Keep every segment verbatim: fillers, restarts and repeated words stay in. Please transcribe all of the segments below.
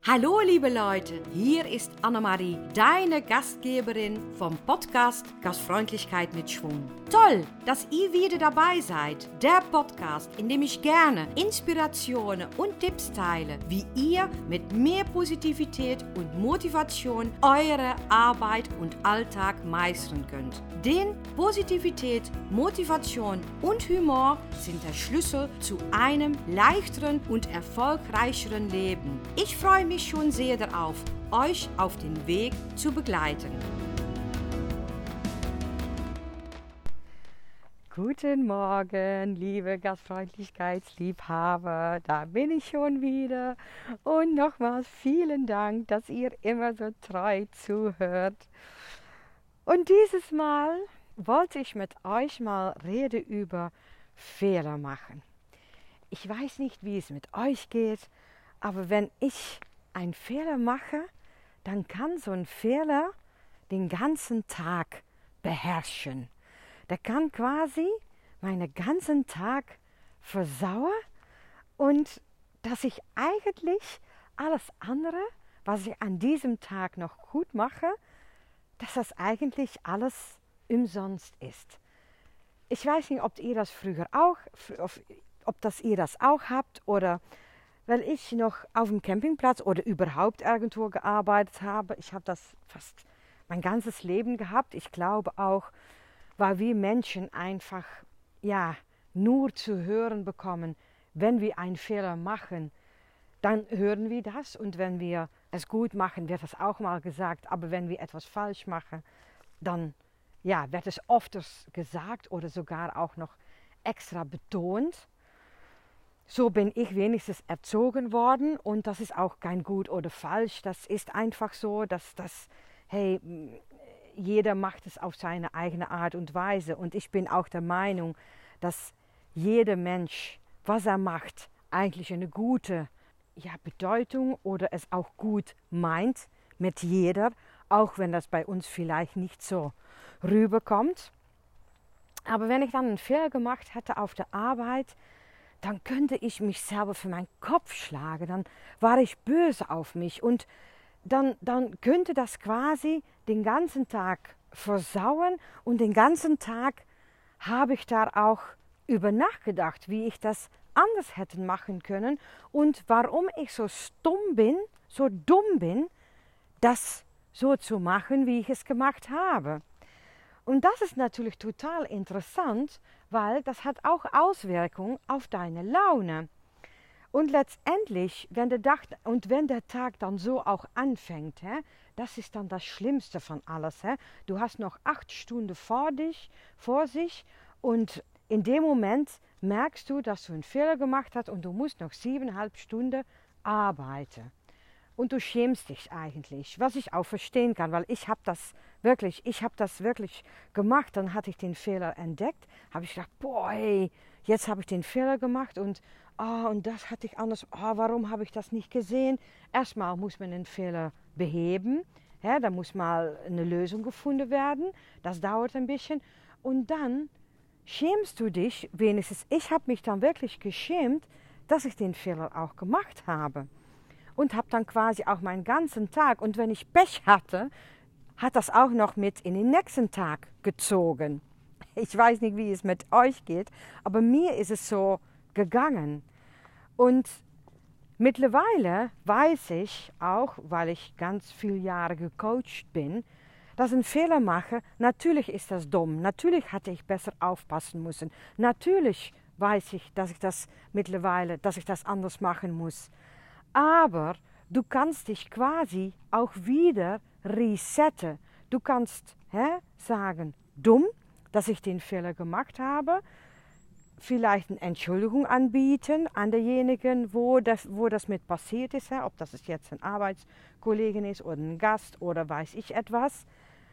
Hallo liebe Leute, hier ist Annemarie, deine Gastgeberin vom Podcast Gastfreundlichkeit mit Schwung. Toll, dass ihr wieder dabei seid. Der Podcast, in dem ich gerne Inspirationen und Tipps teile, wie ihr mit mehr Positivität und Motivation eure Arbeit und Alltag meistern könnt. Denn Positivität, Motivation und Humor sind der Schlüssel zu einem leichteren und erfolgreicheren Leben. Ich freue mich schon sehr darauf, euch auf den Weg zu begleiten. Guten Morgen, liebe Gastfreundlichkeitsliebhaber, da bin ich schon wieder und nochmals vielen Dank, dass ihr immer so treu zuhört. Und dieses Mal wollte ich mit euch mal reden über Fehler machen. Ich weiß nicht, wie es mit euch geht, aber wenn ich einen Fehler mache, dann kann so ein Fehler den ganzen Tag beherrschen. Der kann quasi meinen ganzen Tag versauen und dass ich eigentlich alles andere, was ich an diesem Tag noch gut mache, dass das eigentlich alles umsonst ist. Ich weiß nicht, ob ihr das früher auch, ob das ihr das auch habt oder weil ich noch auf dem Campingplatz oder überhaupt irgendwo gearbeitet habe. Ich habe das fast mein ganzes Leben gehabt. Ich glaube auch, weil wir Menschen einfach ja nur zu hören bekommen, wenn wir einen Fehler machen, dann hören wir das und wenn wir es gut machen, wird das auch mal gesagt. Aber wenn wir etwas falsch machen, dann ja, wird es oft gesagt oder sogar auch noch extra betont. So bin ich wenigstens erzogen worden und das ist auch kein gut oder falsch. Das ist einfach so, dass das, hey, jeder macht es auf seine eigene Art und Weise. Und ich bin auch der Meinung, dass jeder Mensch, was er macht, eigentlich eine gute ja, Bedeutung oder es auch gut meint mit jeder, auch wenn das bei uns vielleicht nicht so rüberkommt. Aber wenn ich dann einen Fehler gemacht hätte auf der Arbeit, dann könnte ich mich selber für meinen Kopf schlagen, dann war ich böse auf mich und dann, dann könnte das quasi den ganzen Tag versauen und den ganzen Tag habe ich da auch über nachgedacht, wie ich das anders hätte machen können und warum ich so stumm bin, so dumm bin, das so zu machen, wie ich es gemacht habe. Und das ist natürlich total interessant, weil das hat auch Auswirkungen auf deine Laune. Und letztendlich, wenn der, Tag, und wenn der Tag dann so auch anfängt, hä, das ist dann das Schlimmste von alles. Hä. Du hast noch acht Stunden vor, dich, vor sich und in dem Moment merkst du, dass du einen Fehler gemacht hast und du musst noch siebeneinhalb Stunden arbeiten. Und du schämst dich eigentlich, was ich auch verstehen kann, weil ich habe das wirklich, ich habe das wirklich gemacht. Dann hatte ich den Fehler entdeckt, habe ich gedacht, boah, hey, jetzt habe ich den Fehler gemacht und, oh, und das hatte ich anders, oh, warum habe ich das nicht gesehen? Erstmal muss man den Fehler beheben, ja, da muss mal eine Lösung gefunden werden, das dauert ein bisschen und dann schämst du dich, wenigstens ich habe mich dann wirklich geschämt, dass ich den Fehler auch gemacht habe. Und habe dann quasi auch meinen ganzen Tag, und wenn ich Pech hatte, hat das auch noch mit in den nächsten Tag gezogen. Ich weiß nicht, wie es mit euch geht, aber mir ist es so gegangen. Und mittlerweile weiß ich auch, weil ich ganz viele Jahre gecoacht bin, dass ein Fehler mache, natürlich ist das dumm, natürlich hätte ich besser aufpassen müssen, natürlich weiß ich, dass ich das mittlerweile, dass ich das anders machen muss. Aber du kannst dich quasi auch wieder resetten. Du kannst hä, sagen, dumm, dass ich den Fehler gemacht habe. Vielleicht eine Entschuldigung anbieten an denjenigen, wo das, wo das mit passiert ist. Hä, ob das jetzt ein Arbeitskollege ist oder ein Gast oder weiß ich etwas.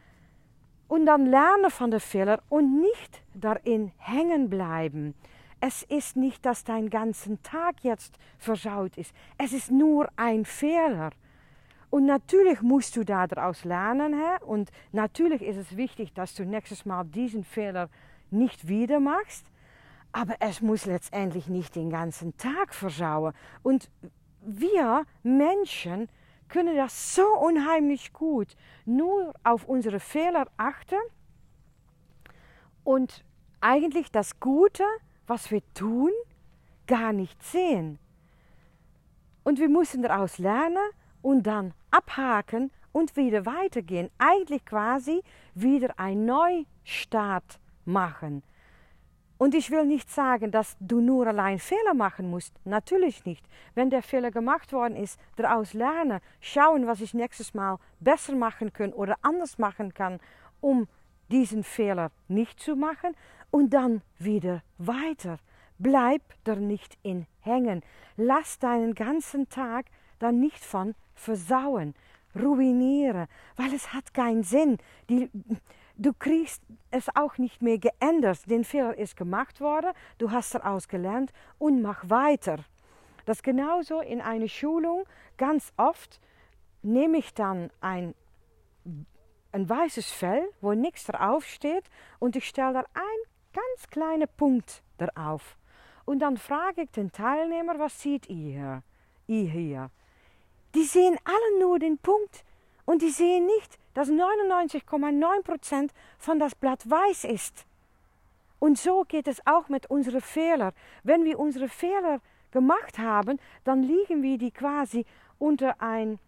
Und dann lernen von den Fehlern und nicht darin hängen bleiben. Es ist nicht, dass dein ganzen Tag jetzt versaut ist. Es ist nur ein Fehler. Und natürlich musst du daraus lernen. Hä? Und natürlich ist es wichtig, dass du nächstes Mal diesen Fehler nicht wieder machst. Aber es muss letztendlich nicht den ganzen Tag versauen. Und wir Menschen können das so unheimlich gut nur auf unsere Fehler achten und eigentlich das Gute, was wir tun, gar nicht sehen. Und wir müssen daraus lernen und dann abhaken und wieder weitergehen. Eigentlich quasi wieder einen Neustart machen. Und ich will nicht sagen, dass du nur allein Fehler machen musst. Natürlich nicht. Wenn der Fehler gemacht worden ist, daraus lernen, schauen, was ich nächstes Mal besser machen kann oder anders machen kann, um diesen Fehler nicht zu machen und dann wieder weiter. Bleib da nicht in hängen. Lass deinen ganzen Tag da nicht von versauen, ruinieren, weil es hat keinen Sinn. Die, du kriegst es auch nicht mehr geändert. Der Fehler ist gemacht worden, du hast daraus gelernt und mach weiter. Das genauso in einer Schulung. Ganz oft nehme ich dann ein, ein weißes Fell, wo nichts drauf steht und ich stelle da einen ganz kleinen Punkt drauf. Und dann frage ich den Teilnehmer, was seht ihr, ihr hier? Die sehen alle nur den Punkt und die sehen nicht, dass neunundneunzig Komma neun Prozent von das Blatt weiß ist. Und so geht es auch mit unseren Fehlern. Wenn wir unsere Fehler gemacht haben, dann liegen wir die quasi unter ein,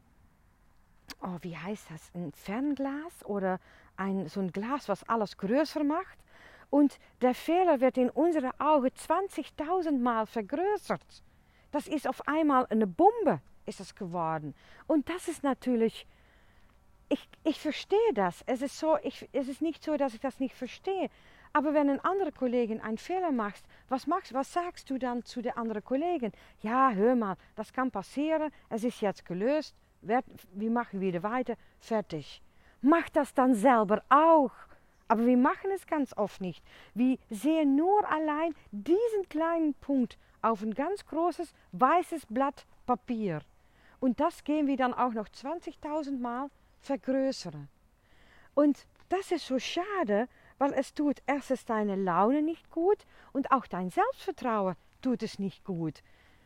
oh, wie heißt das, ein Fernglas oder ein, so ein Glas, was alles größer macht. Und der Fehler wird in unseren Augen zwanzigtausend Mal vergrößert. Das ist auf einmal eine Bombe, ist es geworden. Und das ist natürlich, ich, ich verstehe das. Es ist, so, ich, es ist nicht so, dass ich das nicht verstehe. Aber wenn ein anderer Kollege einen Fehler macht, was, machst, was sagst du dann zu der anderen Kollegen? Ja, hör mal, das kann passieren, es ist jetzt gelöst, wir machen wieder weiter, fertig. Mach das dann selber auch. Aber wir machen es ganz oft nicht. Wir sehen nur allein diesen kleinen Punkt auf ein ganz großes weißes Blatt Papier. Und das gehen wir dann auch noch zwanzigtausend Mal vergrößern. Und das ist so schade, weil es tut erstens deine Laune nicht gut und auch dein Selbstvertrauen tut es nicht gut.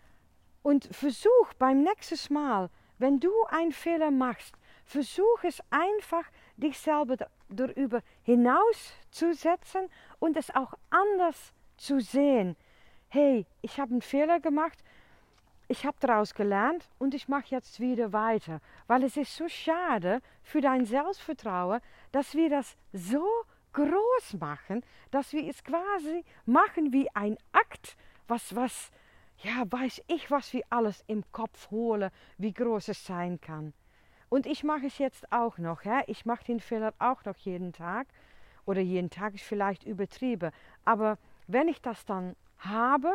Und versuch beim nächsten Mal, wenn du einen Fehler machst, versuch es einfach, dich selber darüber hinauszusetzen und es auch anders zu sehen. Hey, ich habe einen Fehler gemacht, ich habe daraus gelernt und ich mache jetzt wieder weiter. Weil es ist so schade für dein Selbstvertrauen, dass wir das so groß machen, dass wir es quasi machen wie ein Akt, was, was, ja, weiß ich, was wir alles im Kopf holen, wie groß es sein kann. Und ich mache es jetzt auch noch. Ja? Ich mache den Fehler auch noch jeden Tag. Oder jeden Tag ist vielleicht übertrieben. Aber wenn ich das dann habe,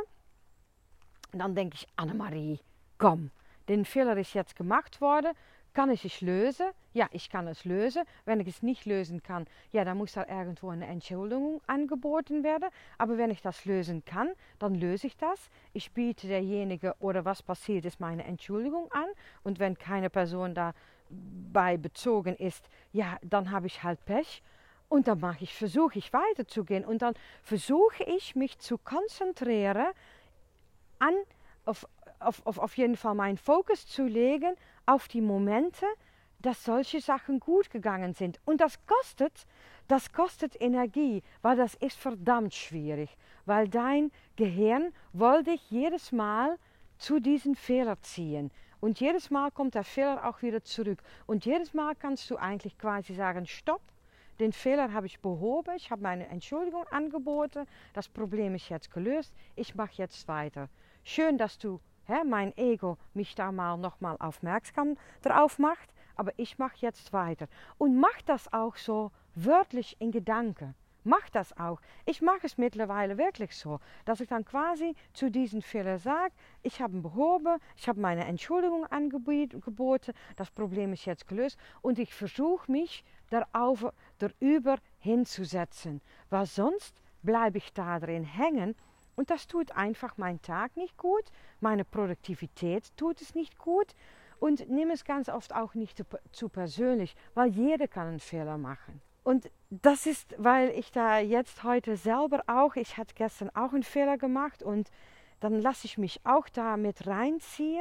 dann denke ich, Annemarie, komm, der Fehler ist jetzt gemacht worden. Kann ich es lösen? Ja, ich kann es lösen. Wenn ich es nicht lösen kann, ja, dann muss da irgendwo eine Entschuldigung angeboten werden. Aber wenn ich das lösen kann, dann löse ich das. Ich biete derjenige oder was passiert ist meine Entschuldigung an. Und wenn keine Person dabei bezogen ist, ja, dann habe ich halt Pech. Und dann mache ich, versuche ich weiterzugehen. Und dann versuche ich mich zu konzentrieren, an, auf, auf, auf, auf jeden Fall meinen Fokus zu legen auf die Momente, dass solche Sachen gut gegangen sind. Und das kostet, das kostet Energie, weil das ist verdammt schwierig. Weil dein Gehirn will dich jedes Mal zu diesem Fehler ziehen. Und jedes Mal kommt der Fehler auch wieder zurück. Und jedes Mal kannst du eigentlich quasi sagen, stopp, den Fehler habe ich behoben, ich habe meine Entschuldigung angeboten, das Problem ist jetzt gelöst, ich mache jetzt weiter. Schön, dass du, hä, mein Ego, mich da mal nochmal aufmerksam drauf macht, aber ich mache jetzt weiter. Und mach das auch so wörtlich in Gedanken. Mach das auch. Ich mache es mittlerweile wirklich so, dass ich dann quasi zu diesem Fehler sage, ich habe ihn behoben, ich habe meine Entschuldigung angeboten, das Problem ist jetzt gelöst und ich versuche mich darauf, darüber hinzusetzen, weil sonst bleibe ich da drin hängen und das tut einfach meinen Tag nicht gut, meine Produktivität tut es nicht gut und nimm es ganz oft auch nicht zu persönlich, weil jeder kann einen Fehler machen. Und das ist, weil ich da jetzt heute selber auch, ich hatte gestern auch einen Fehler gemacht und dann lasse ich mich auch da mit reinziehen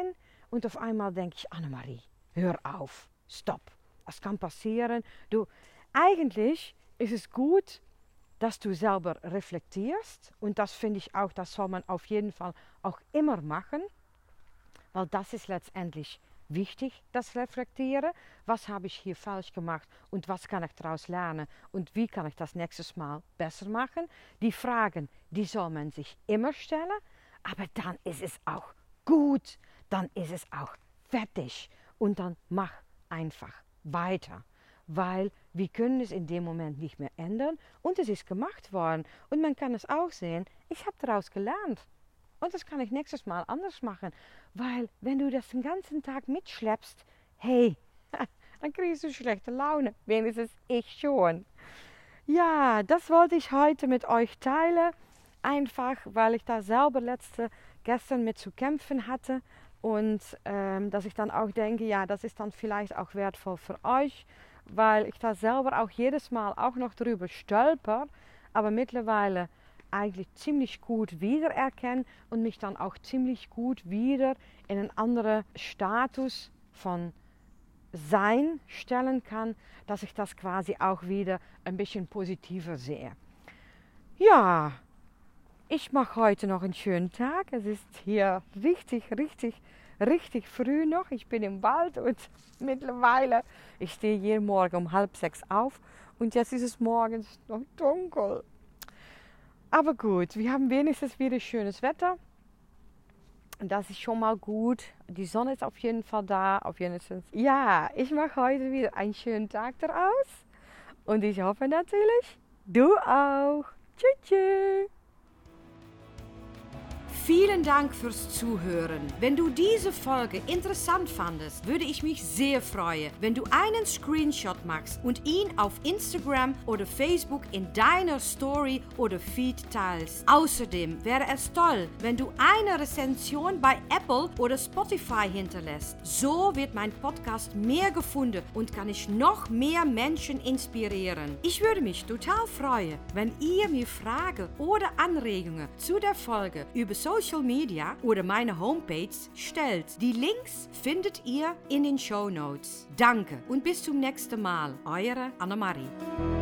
und auf einmal denke ich, Annemarie, hör auf, stopp. Das kann passieren. Du, eigentlich ist es gut, dass du selber reflektierst und das finde ich auch, das soll man auf jeden Fall auch immer machen, weil das ist letztendlich wichtig, das Reflektieren. Was habe ich hier falsch gemacht und was kann ich daraus lernen und wie kann ich das nächstes Mal besser machen? Die Fragen, die soll man sich immer stellen, aber dann ist es auch gut, dann ist es auch fertig und dann mach einfach weiter, weil wir können es in dem Moment nicht mehr ändern und es ist gemacht worden und man kann es auch sehen, ich habe daraus gelernt. Und das kann ich nächstes Mal anders machen. Weil wenn du das den ganzen Tag mitschleppst, hey, dann kriegst du schlechte Laune. Wenigstens ich schon. Ja, das wollte ich heute mit euch teilen. Einfach, weil ich da selber letzte, gestern mit zu kämpfen hatte. Und ähm, dass ich dann auch denke, ja, das ist dann vielleicht auch wertvoll für euch. Weil ich da selber auch jedes Mal auch noch drüber stolper. Aber mittlerweile eigentlich ziemlich gut wiedererkennen und mich dann auch ziemlich gut wieder in einen anderen Status von Sein stellen kann, dass ich das quasi auch wieder ein bisschen positiver sehe. Ja, ich mache heute noch einen schönen Tag. Es ist hier richtig, richtig, richtig früh noch. Ich bin im Wald und mittlerweile, ich stehe jeden Morgen um halb sechs auf und jetzt ist es morgens noch dunkel. Aber gut, wir haben wenigstens wieder schönes Wetter. Und das ist schon mal gut. Die Sonne ist auf jeden Fall da. Auf jeden Fall. Ja, ich mache heute wieder einen schönen Tag daraus. Und ich hoffe natürlich, du auch. Tschüss, tschüss. Vielen Dank fürs Zuhören. Wenn du diese Folge interessant fandest, würde ich mich sehr freuen, wenn du einen Screenshot machst und ihn auf Instagram oder Facebook in deiner Story oder Feed teilst. Außerdem wäre es toll, wenn du eine Rezension bei Apple oder Spotify hinterlässt. So wird mein Podcast mehr gefunden und kann ich noch mehr Menschen inspirieren. Ich würde mich total freuen, wenn ihr mir Fragen oder Anregungen zu der Folge über Social Media oder meine Homepage stellt. Die Links findet ihr in den Shownotes. Danke und bis zum nächsten Mal. Eure Annemarie.